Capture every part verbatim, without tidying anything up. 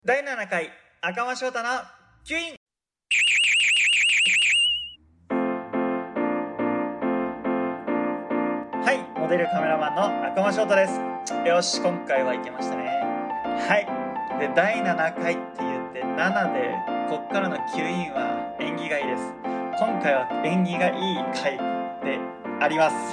だいななかい赤間翔太のキュイン。はい、モデルカメラマンの赤間翔太です。よし、今回はいけましたね。はいでだいななかいって言ってななで、こっからのキュインは縁起がいいです。今回は縁起がいい回であります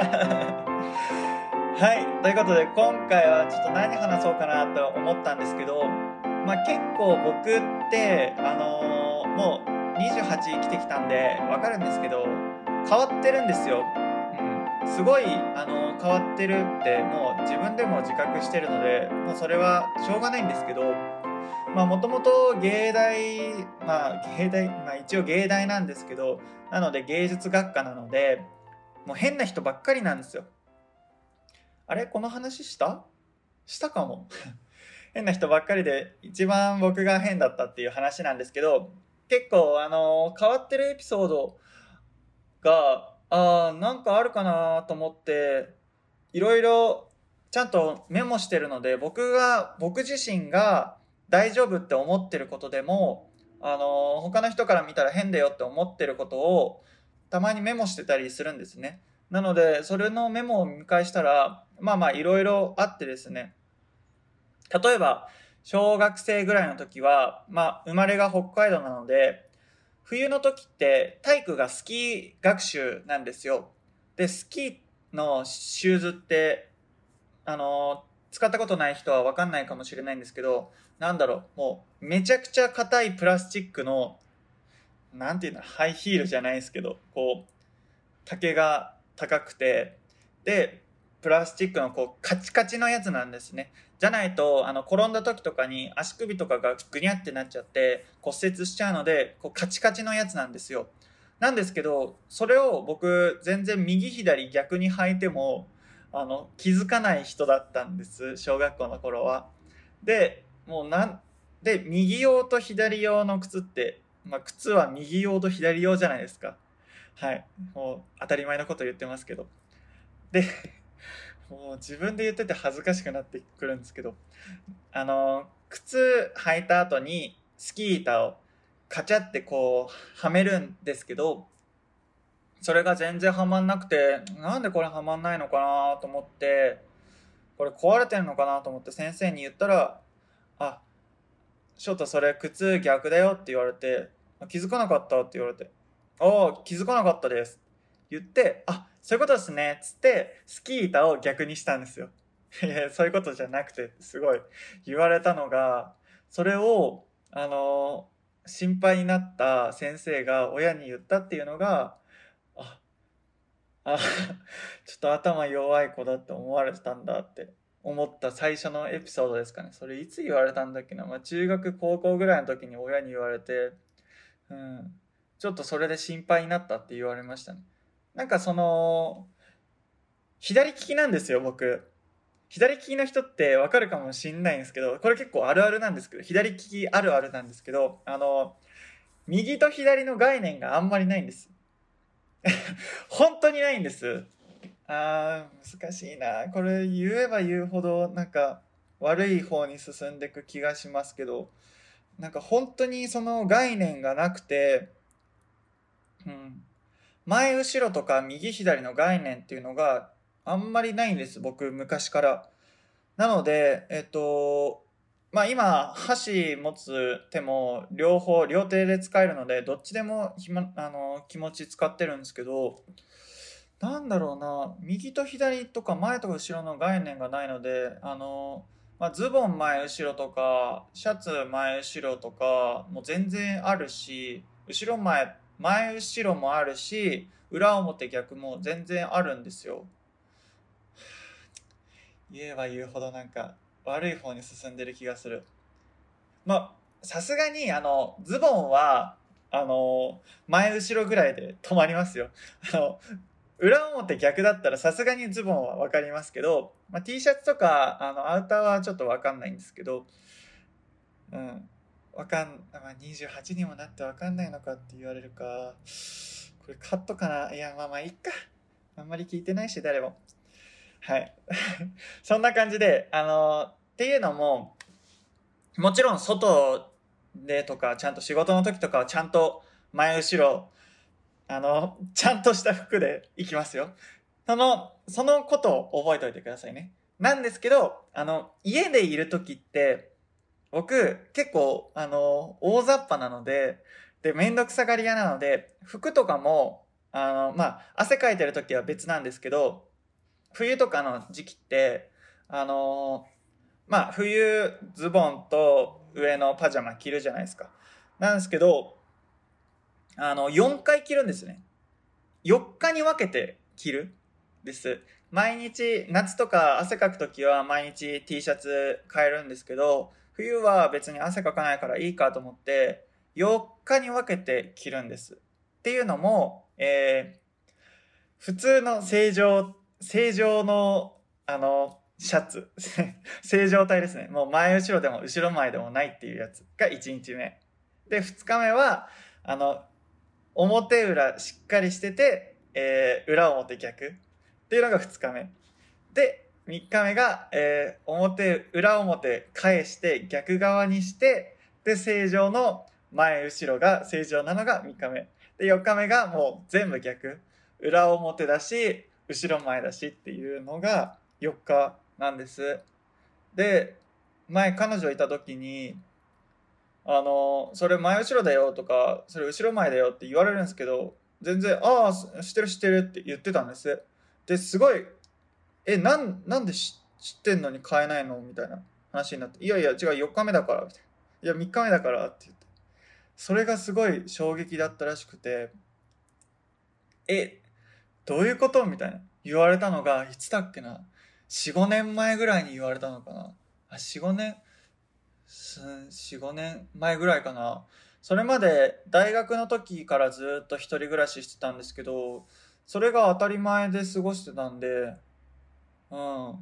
はい、ということで今回はちょっと何話そうかなと思ったんですけど、まあ、結構僕ってあのー、もうにじゅうはち生きてきたんでわかるんですけど、変わってるんですよ。うん、すごい、あのー変わってるってもう自分でも自覚してるので、もうそれはしょうがないんですけど、まあもともと芸大、まあ芸大、まあ一応芸大なんですけど、なので芸術学科なので、もう変な人ばっかりなんですよ。あれこの話したしたかも変な人ばっかりで一番僕が変だったっていう話なんですけど、結構あの変わってるエピソードがあーなんかあるかなと思っていろいろちゃんとメモしてるので、僕が僕自身が大丈夫って思ってることでも、あの他の人から見たら変だよって思ってることをたまにメモしてたりするんですね。なのでそれのメモを見返したら、まあまあいろいろあってですね、例えば小学生ぐらいの時は、まあ、生まれが北海道なので冬の時って体育がスキー学習なんですよ。でスキーのシューズってあの使ったことない人は分かんないかもしれないんですけど、なんだろう、もうめちゃくちゃ硬いプラスチックの、なんていうの、ハイヒールじゃないですけど、こう丈が高くて、でプラスチックのこうカチカチのやつなんですね。じゃないとあの転んだ時とかに足首とかがグニャってなっちゃって骨折しちゃうので、こうカチカチのやつなんですよ。なんですけど、それを僕全然右左逆に履いてもあの気づかない人だったんです、小学校の頃は。でもうなんで右用と左用の靴って、まあ、靴は右用と左用じゃないですか。はい、もう当たり前のこと言ってますけど、でもう自分で言ってて恥ずかしくなってくるんですけど、あの靴履いた後にスキー板をカチャってこうはめるんですけど、それが全然はまんなくて、なんでこれはまんないのかなと思って、これ壊れてんのかなと思って先生に言ったら、あ、ちょっとそれ靴逆だよって言われて、気づかなかったって言われて、ああ気づかなかったです言って、あ、そういうことですねっつってスキー板を逆にしたんですよ。いやそういうことじゃなくて、すごい言われたのが、それをあの心配になった先生が親に言ったっていうのが、ああちょっと頭弱い子だって思われてたんだって思った最初のエピソードですかね。それいつ言われたんだっけな、まあ、中学高校ぐらいの時に親に言われて、うん、ちょっとそれで心配になったって言われましたね。なんかその左利きなんですよ僕。左利きの人ってわかるかもしんないんですけど、これ結構あるあるなんですけど、左利きあるあるなんですけど、あの右と左の概念があんまりないんです本当にないんです。あー難しいな、これ言えば言うほどなんか悪い方に進んでいく気がしますけど、なんか本当にその概念がなくて、うん、前後ろとか右左の概念っていうのがあんまりないんです僕昔から。なのでえっとまあ今箸持つ手も両方両手で使えるので、どっちでもひ、ま、あの気持ち使ってるんですけど、なんだろうな、右と左とか前とか後ろの概念がないので、あの、まあ、ズボン前後ろとか、シャツ前後ろとかも全然あるし、後ろ前、前後ろもあるし、裏表逆も全然あるんですよ。言えば言うほどなんか悪い方に進んでる気がする。まあ、さすがにあの、ズボンは、あの、前後ろぐらいで止まりますよ。あの、裏表逆だったらさすがにズボンは分かりますけど、まあ、T シャツとかあのアウターはちょっと分かんないんですけど、うん、分かん、まあ、にじゅうはちにもなって分かんないのかって言われるか、これカットかな。いやまあまあいいか、あんまり聞いてないし誰も。はいそんな感じで、あのっていうのももちろん外でとか、ちゃんと仕事の時とかはちゃんと前後ろ、あの、ちゃんとした服で行きますよ。その、そのことを覚えておいてくださいね。なんですけど、あの、家でいる時って、僕、結構、あの、大雑把なので、で、めんどくさがり屋なので、服とかも、あの、まあ、汗かいてる時は別なんですけど、冬とかの時期って、あの、まあ、冬、ズボンと上のパジャマ着るじゃないですか。なんですけど、あの、よんかい着るんですね。よっかに分けて着るです。毎日、夏とか汗かくときは毎日 T シャツ変えるんですけど、冬は別に汗かかないからいいかと思って、よっかに分けて着るんです。っていうのも、えー、普通の正常、正常の、あの、シャツ。正常体ですね。もう前後ろでも後ろ前でもないっていうやつがいちにちめ。で、ふつかめは、あの、表裏しっかりしてて、えー、裏表逆っていうのがふつかめで、みっかめが、えー、表裏表返して逆側にして、で正常の前後ろが正常なのがみっかめで、よっかめがもう全部逆、裏表だし後ろ前だしっていうのがよっかなんです。で、前彼女いた時に、あの、それ前後ろだよとか、それ後ろ前だよって言われるんですけど、全然、ああ、知ってる知ってるって言ってたんです。で、すごい、え、なん、なんで知知ってんのに買えないのみたいな話になって、いやいや、違う、よっかめだから、みたいな。いや、みっかめだからって言って。それがすごい衝撃だったらしくて、え、どういうことみたいな。言われたのが、いつだっけな。よん、ごねんまえぐらいに言われたのかな。あ、よん、ごねん、よん、ごねんまえぐらいかな。それまで大学の時からずっと一人暮らししてたんですけど、それが当たり前で過ごしてたんで、うん。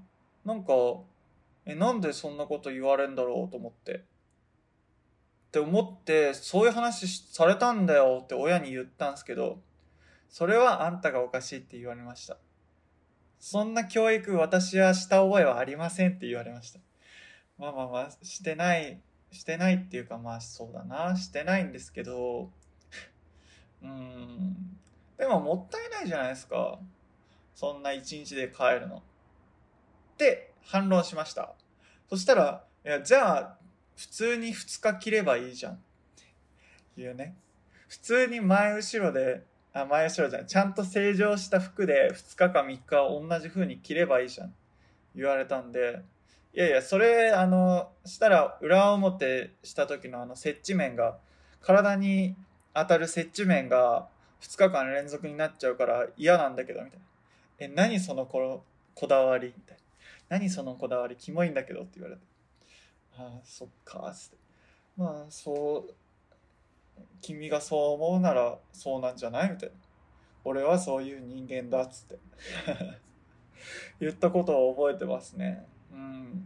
なんか、え、なんでそんなこと言われんだろうと思って。って思って、そういう話されたんだよって親に言ったんですけど、それはあんたがおかしいって言われました。そんな教育私はした覚えはありませんって言われました。まあまあまあ、してない、してないっていうかまあそうだな、してないんですけど、うーん。でももったいないじゃないですか。そんな一日で帰るの。って反論しました。そしたら、いや、じゃあ、普通にふつか着ればいいじゃんっていうね。普通に前後ろで、あ、前後ろじゃない、ちゃんと正常した服でふつかかみっか同じ風に着ればいいじゃん言われたんで、いやいや、それ、あの、したら裏表した時のあの接地面が、体に当たる接地面がふつかかん連続になっちゃうから嫌なんだけど、みたいな。え、何そのここだわりみたいな。何そのこだわり、キモいんだけどって言われて。ああ、そっか、つって。まあ、そう、君がそう思うならそうなんじゃないみたいな。俺はそういう人間だ、つって言ったことを覚えてますね。うん。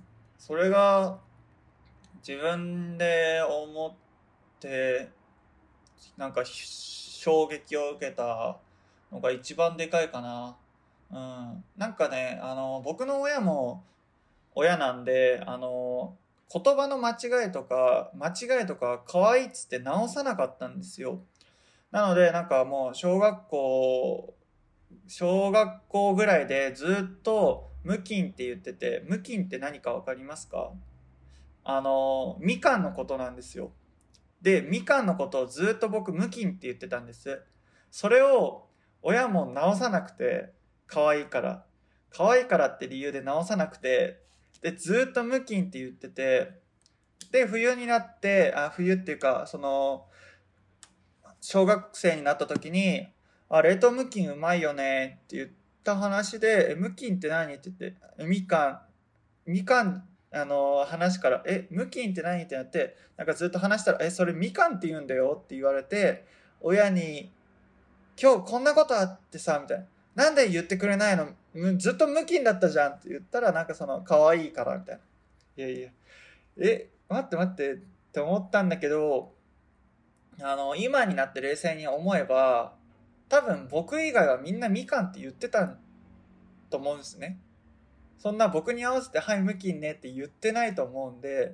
それが自分で思って、なんか衝撃を受けたのが一番でかいかな。うん。なんかね、あの、僕の親も親なんで、あの、言葉の間違いとか、間違いとか可愛いっつって直さなかったんですよ。なので、なんかもう小学校、小学校ぐらいでずっと無菌って言ってて、無菌って何かわかりますか？あの、みかんのことなんですよ。で、みかんのことをずっと僕無菌って言ってたんです。それを親も直さなくて、可愛いから。可愛いからって理由で直さなくて、で、ずっと無菌って言ってて、で、冬になって、あ、冬っていうか、その、小学生になった時に、あ、冷凍無菌うまいよねって言った話で、え、無菌って何って言って、えみかん、みかん、あの、話から、え、無菌って何ってなって、なんかずっと話したら、え、それみかんって言うんだよって言われて、親に、今日こんなことあってさ、みたいな。なんで言ってくれないの？ずっと無菌だったじゃんって言ったら、なんかその、可愛いから、みたいな。いやいや、え、待って待ってって思ったんだけど、あの、今になって冷静に思えば、多分僕以外はみんなみかんって言ってたと思うんですね。そんな僕に合わせて、はい、無菌ねって言ってないと思うんで、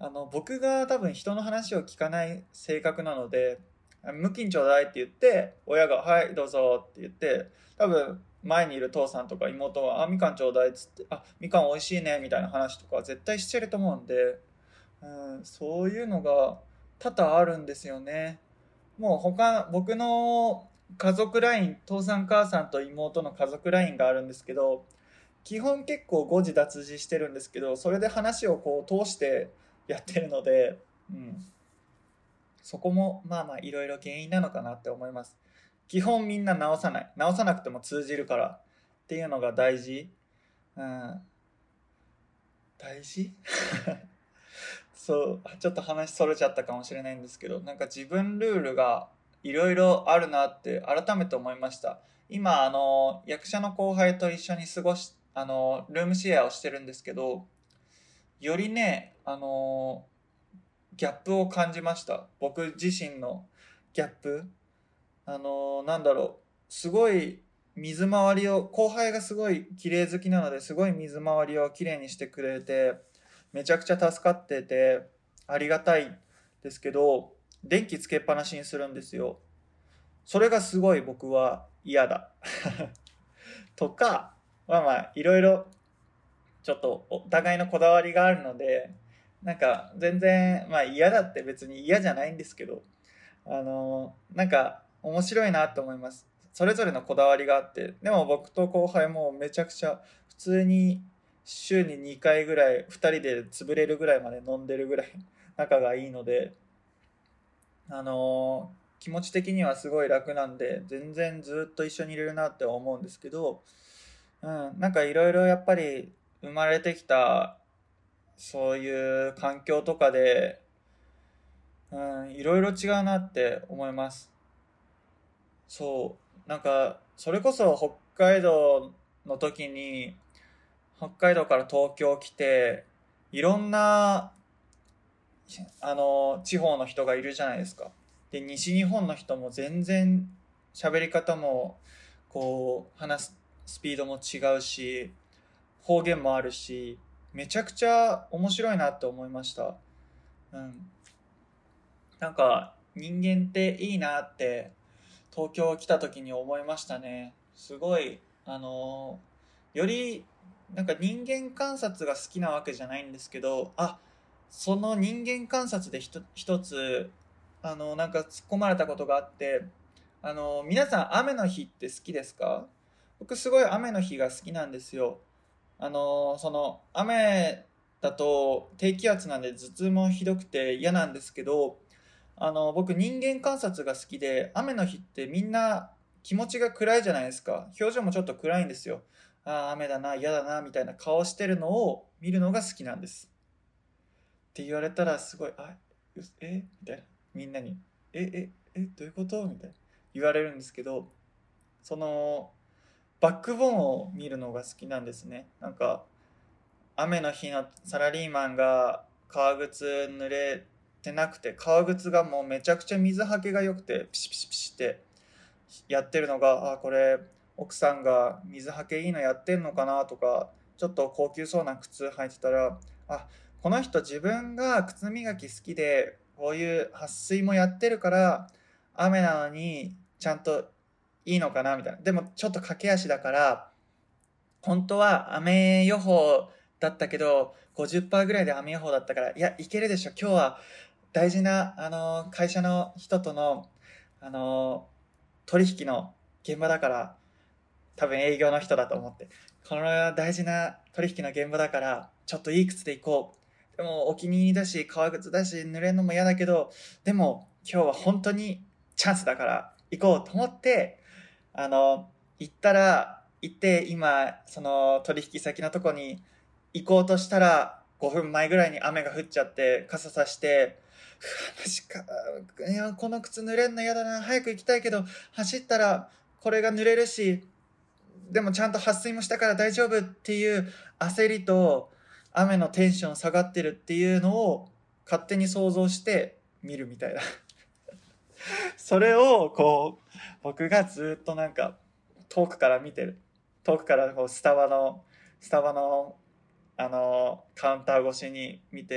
あの僕が多分人の話を聞かない性格なので、無金ちょうだいって言って親がはいどうぞって言って、多分前にいる父さんとか妹があみかんちょうだいっつって、あみかん美味しいねみたいな話とか絶対してると思うんで、うん、そういうのが多々あるんですよね。もう他僕の家族ライン、父さん母さんと妹の家族ラインがあるんですけど、基本結構誤字脱字してるんですけど、それで話をこう通してやってるので、うん、そこもまあまあいろいろ原因なのかなって思います。基本みんな直さない。直さなくても通じるからっていうのが大事。うん、大事そう、ちょっと話それちゃったかもしれないんですけど、なんか自分ルールがいろいろあるなって改めて思いました。今、あの、役者の後輩と一緒に過ごし、あの、ルームシェアをしてるんですけど、よりね、あの、ギャップを感じました。僕自身のギャップ。あの、なんだろう。すごい水回りを、後輩がすごい綺麗好きなのですごい水回りを綺麗にしてくれて、めちゃくちゃ助かってて、ありがたいですけど、電気つけっぱなしにするんですよ。それがすごい僕は嫌だ。とか、まあまあ、いろいろちょっとお互いのこだわりがあるので、なんか全然、まあ嫌だって別に嫌じゃないんですけど、あのなんか面白いなと思います。それぞれのこだわりがあって、でも僕と後輩もめちゃくちゃ普通に週ににかいぐらいふたりで潰れるぐらいまで飲んでるぐらい仲がいいので、あの気持ち的にはすごい楽なんで、全然ずっと一緒にいれるなって思うんですけど、うん、なんかいろいろやっぱり生まれてきたそういう環境とかで、うん、いろいろ違うなって思います。そう。なんか、それこそ北海道の時に、北海道から東京来て、いろんな、あの、地方の人がいるじゃないですか。で、西日本の人も全然喋り方も、こう、話すスピードも違うし、方言もあるし、めちゃくちゃ面白いなって思いました。うん。なんか、人間っていいなって東京来た時に思いましたね。すごい、あのーより、なんか人間観察が好きなわけじゃないんですけど、あ、その人間観察でひと一つ、あのーなんか突っ込まれたことがあって、あのー皆さん雨の日って好きですか？僕すごい雨の日が好きなんですよ。あのーその雨だと低気圧なんで頭痛もひどくて嫌なんですけど、あの、僕人間観察が好きで、雨の日ってみんな気持ちが暗いじゃないですか。表情もちょっと暗いんですよ。ああ、雨だな、嫌だな、みたいな顔してるのを見るのが好きなんです。って言われたらすごい、あ、えみたいな。みんなに、え、え、え、どういうことみたいな言われるんですけど、その、バックボーンを見るのが好きなんですね。なんか、雨の日のサラリーマンが革靴濡れてなくて、革靴がもうめちゃくちゃ水はけが良くてピシピシピシってやってるのが、あ、これ奥さんが水はけいいのやってんのかなとか、ちょっと高級そうな靴履いてたら、あ、この人自分が靴磨き好きでこういう撥水もやってるから雨なのにちゃんといいのかなみたいな。でもちょっと駆け足だから本当は雨予報だったけど、ごじゅっパーセントぐらいで雨予報だったから、いや、いけるでしょ。今日は大事な、あの、会社の人との、あの、取引の現場だから、多分営業の人だと思って。この大事な取引の現場だから、ちょっといい靴で行こう。でも、お気に入りだし、革靴だし、濡れるのも嫌だけど、でも、今日は本当にチャンスだから行こうと思って、あの、行ったら、行って、今、その取引先のとこに行こうとしたら、ごふんまえぐらいに雨が降っちゃって、傘さして、うわ、マジか。いや、この靴濡れんの嫌だな。早く行きたいけど、走ったらこれが濡れるし、でもちゃんと撥水もしたから大丈夫っていう焦りと、雨のテンション下がってるっていうのを勝手に想像して見るみたいな。それをこう僕がずっとなんか遠くから見てる。遠くからこうスタバのスタバのあのカウンター越しに見て、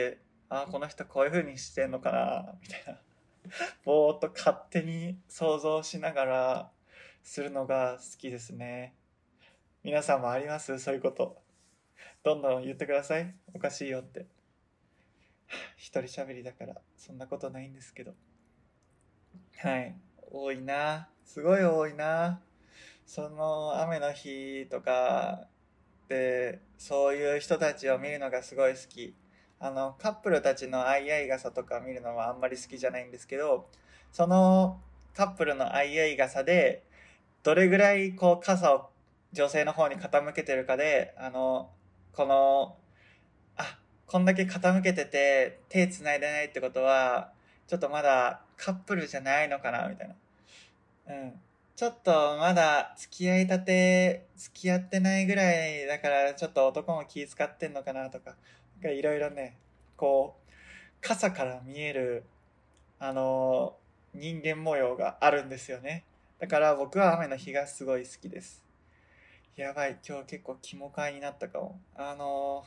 あこの人こういう風にしてんのかなみたいなぼーっと勝手に想像しながらするのが好きですね。皆さんもあります？そういうこと。どんどん言ってください。おかしいよって。一人喋りだからそんなことないんですけど。はい。多いな。すごい多いな。その雨の日とかでそういう人たちを見るのがすごい好き。あのカップルたちの相合い傘とか見るのはあんまり好きじゃないんですけど、そのカップルの相合い傘でどれぐらいこう傘を女性の方に傾けてるかで、あのこのあこんだけ傾けてて手つないでないってことはちょっとまだカップルじゃないのかなみたいな。うん。ちょっとまだ付き合いたて、付き合ってないぐらいだからちょっと男も気遣ってんのかなとか、いろいろね、こう、傘から見える、あのー人間模様があるんですよね。だから僕は雨の日がすごい好きです。やばい、今日結構キモ会になったかも。あの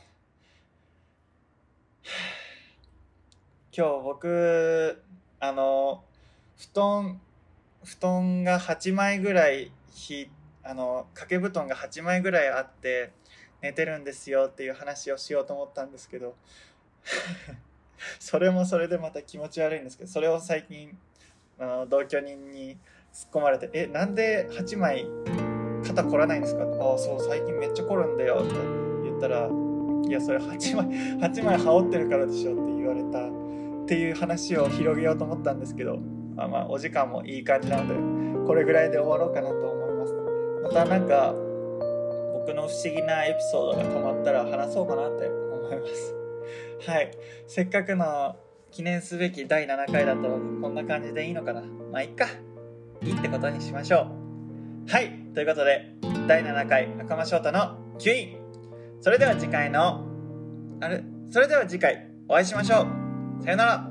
ー今日僕、あのー布団、布団がはちまいぐらいひあの掛け布団がはちまいぐらいあって寝てるんですよっていう話をしようと思ったんですけどそれもそれでまた気持ち悪いんですけど、それを最近あの同居人に突っ込まれて「えなんではちまい肩凝らないんですか？」ああそう最近めっちゃ凝るんだよ」って言ったら「いやそれはちまいはちまい羽織ってるからでしょ」って言われたっていう話を広げようと思ったんですけど、まあまあお時間もいい感じなのでこれぐらいで終わろうかなと思います。またなんか僕の不思議なエピソードが溜まったら話そうかなって思います。はい、せっかくの記念すべきだいななかいだとこんな感じでいいのかな。まあいっか、いいってことにしましょう。はい、ということでだいななかい赤間翔太のキュイン。それでは次回のあれそれでは次回お会いしましょう。さよなら。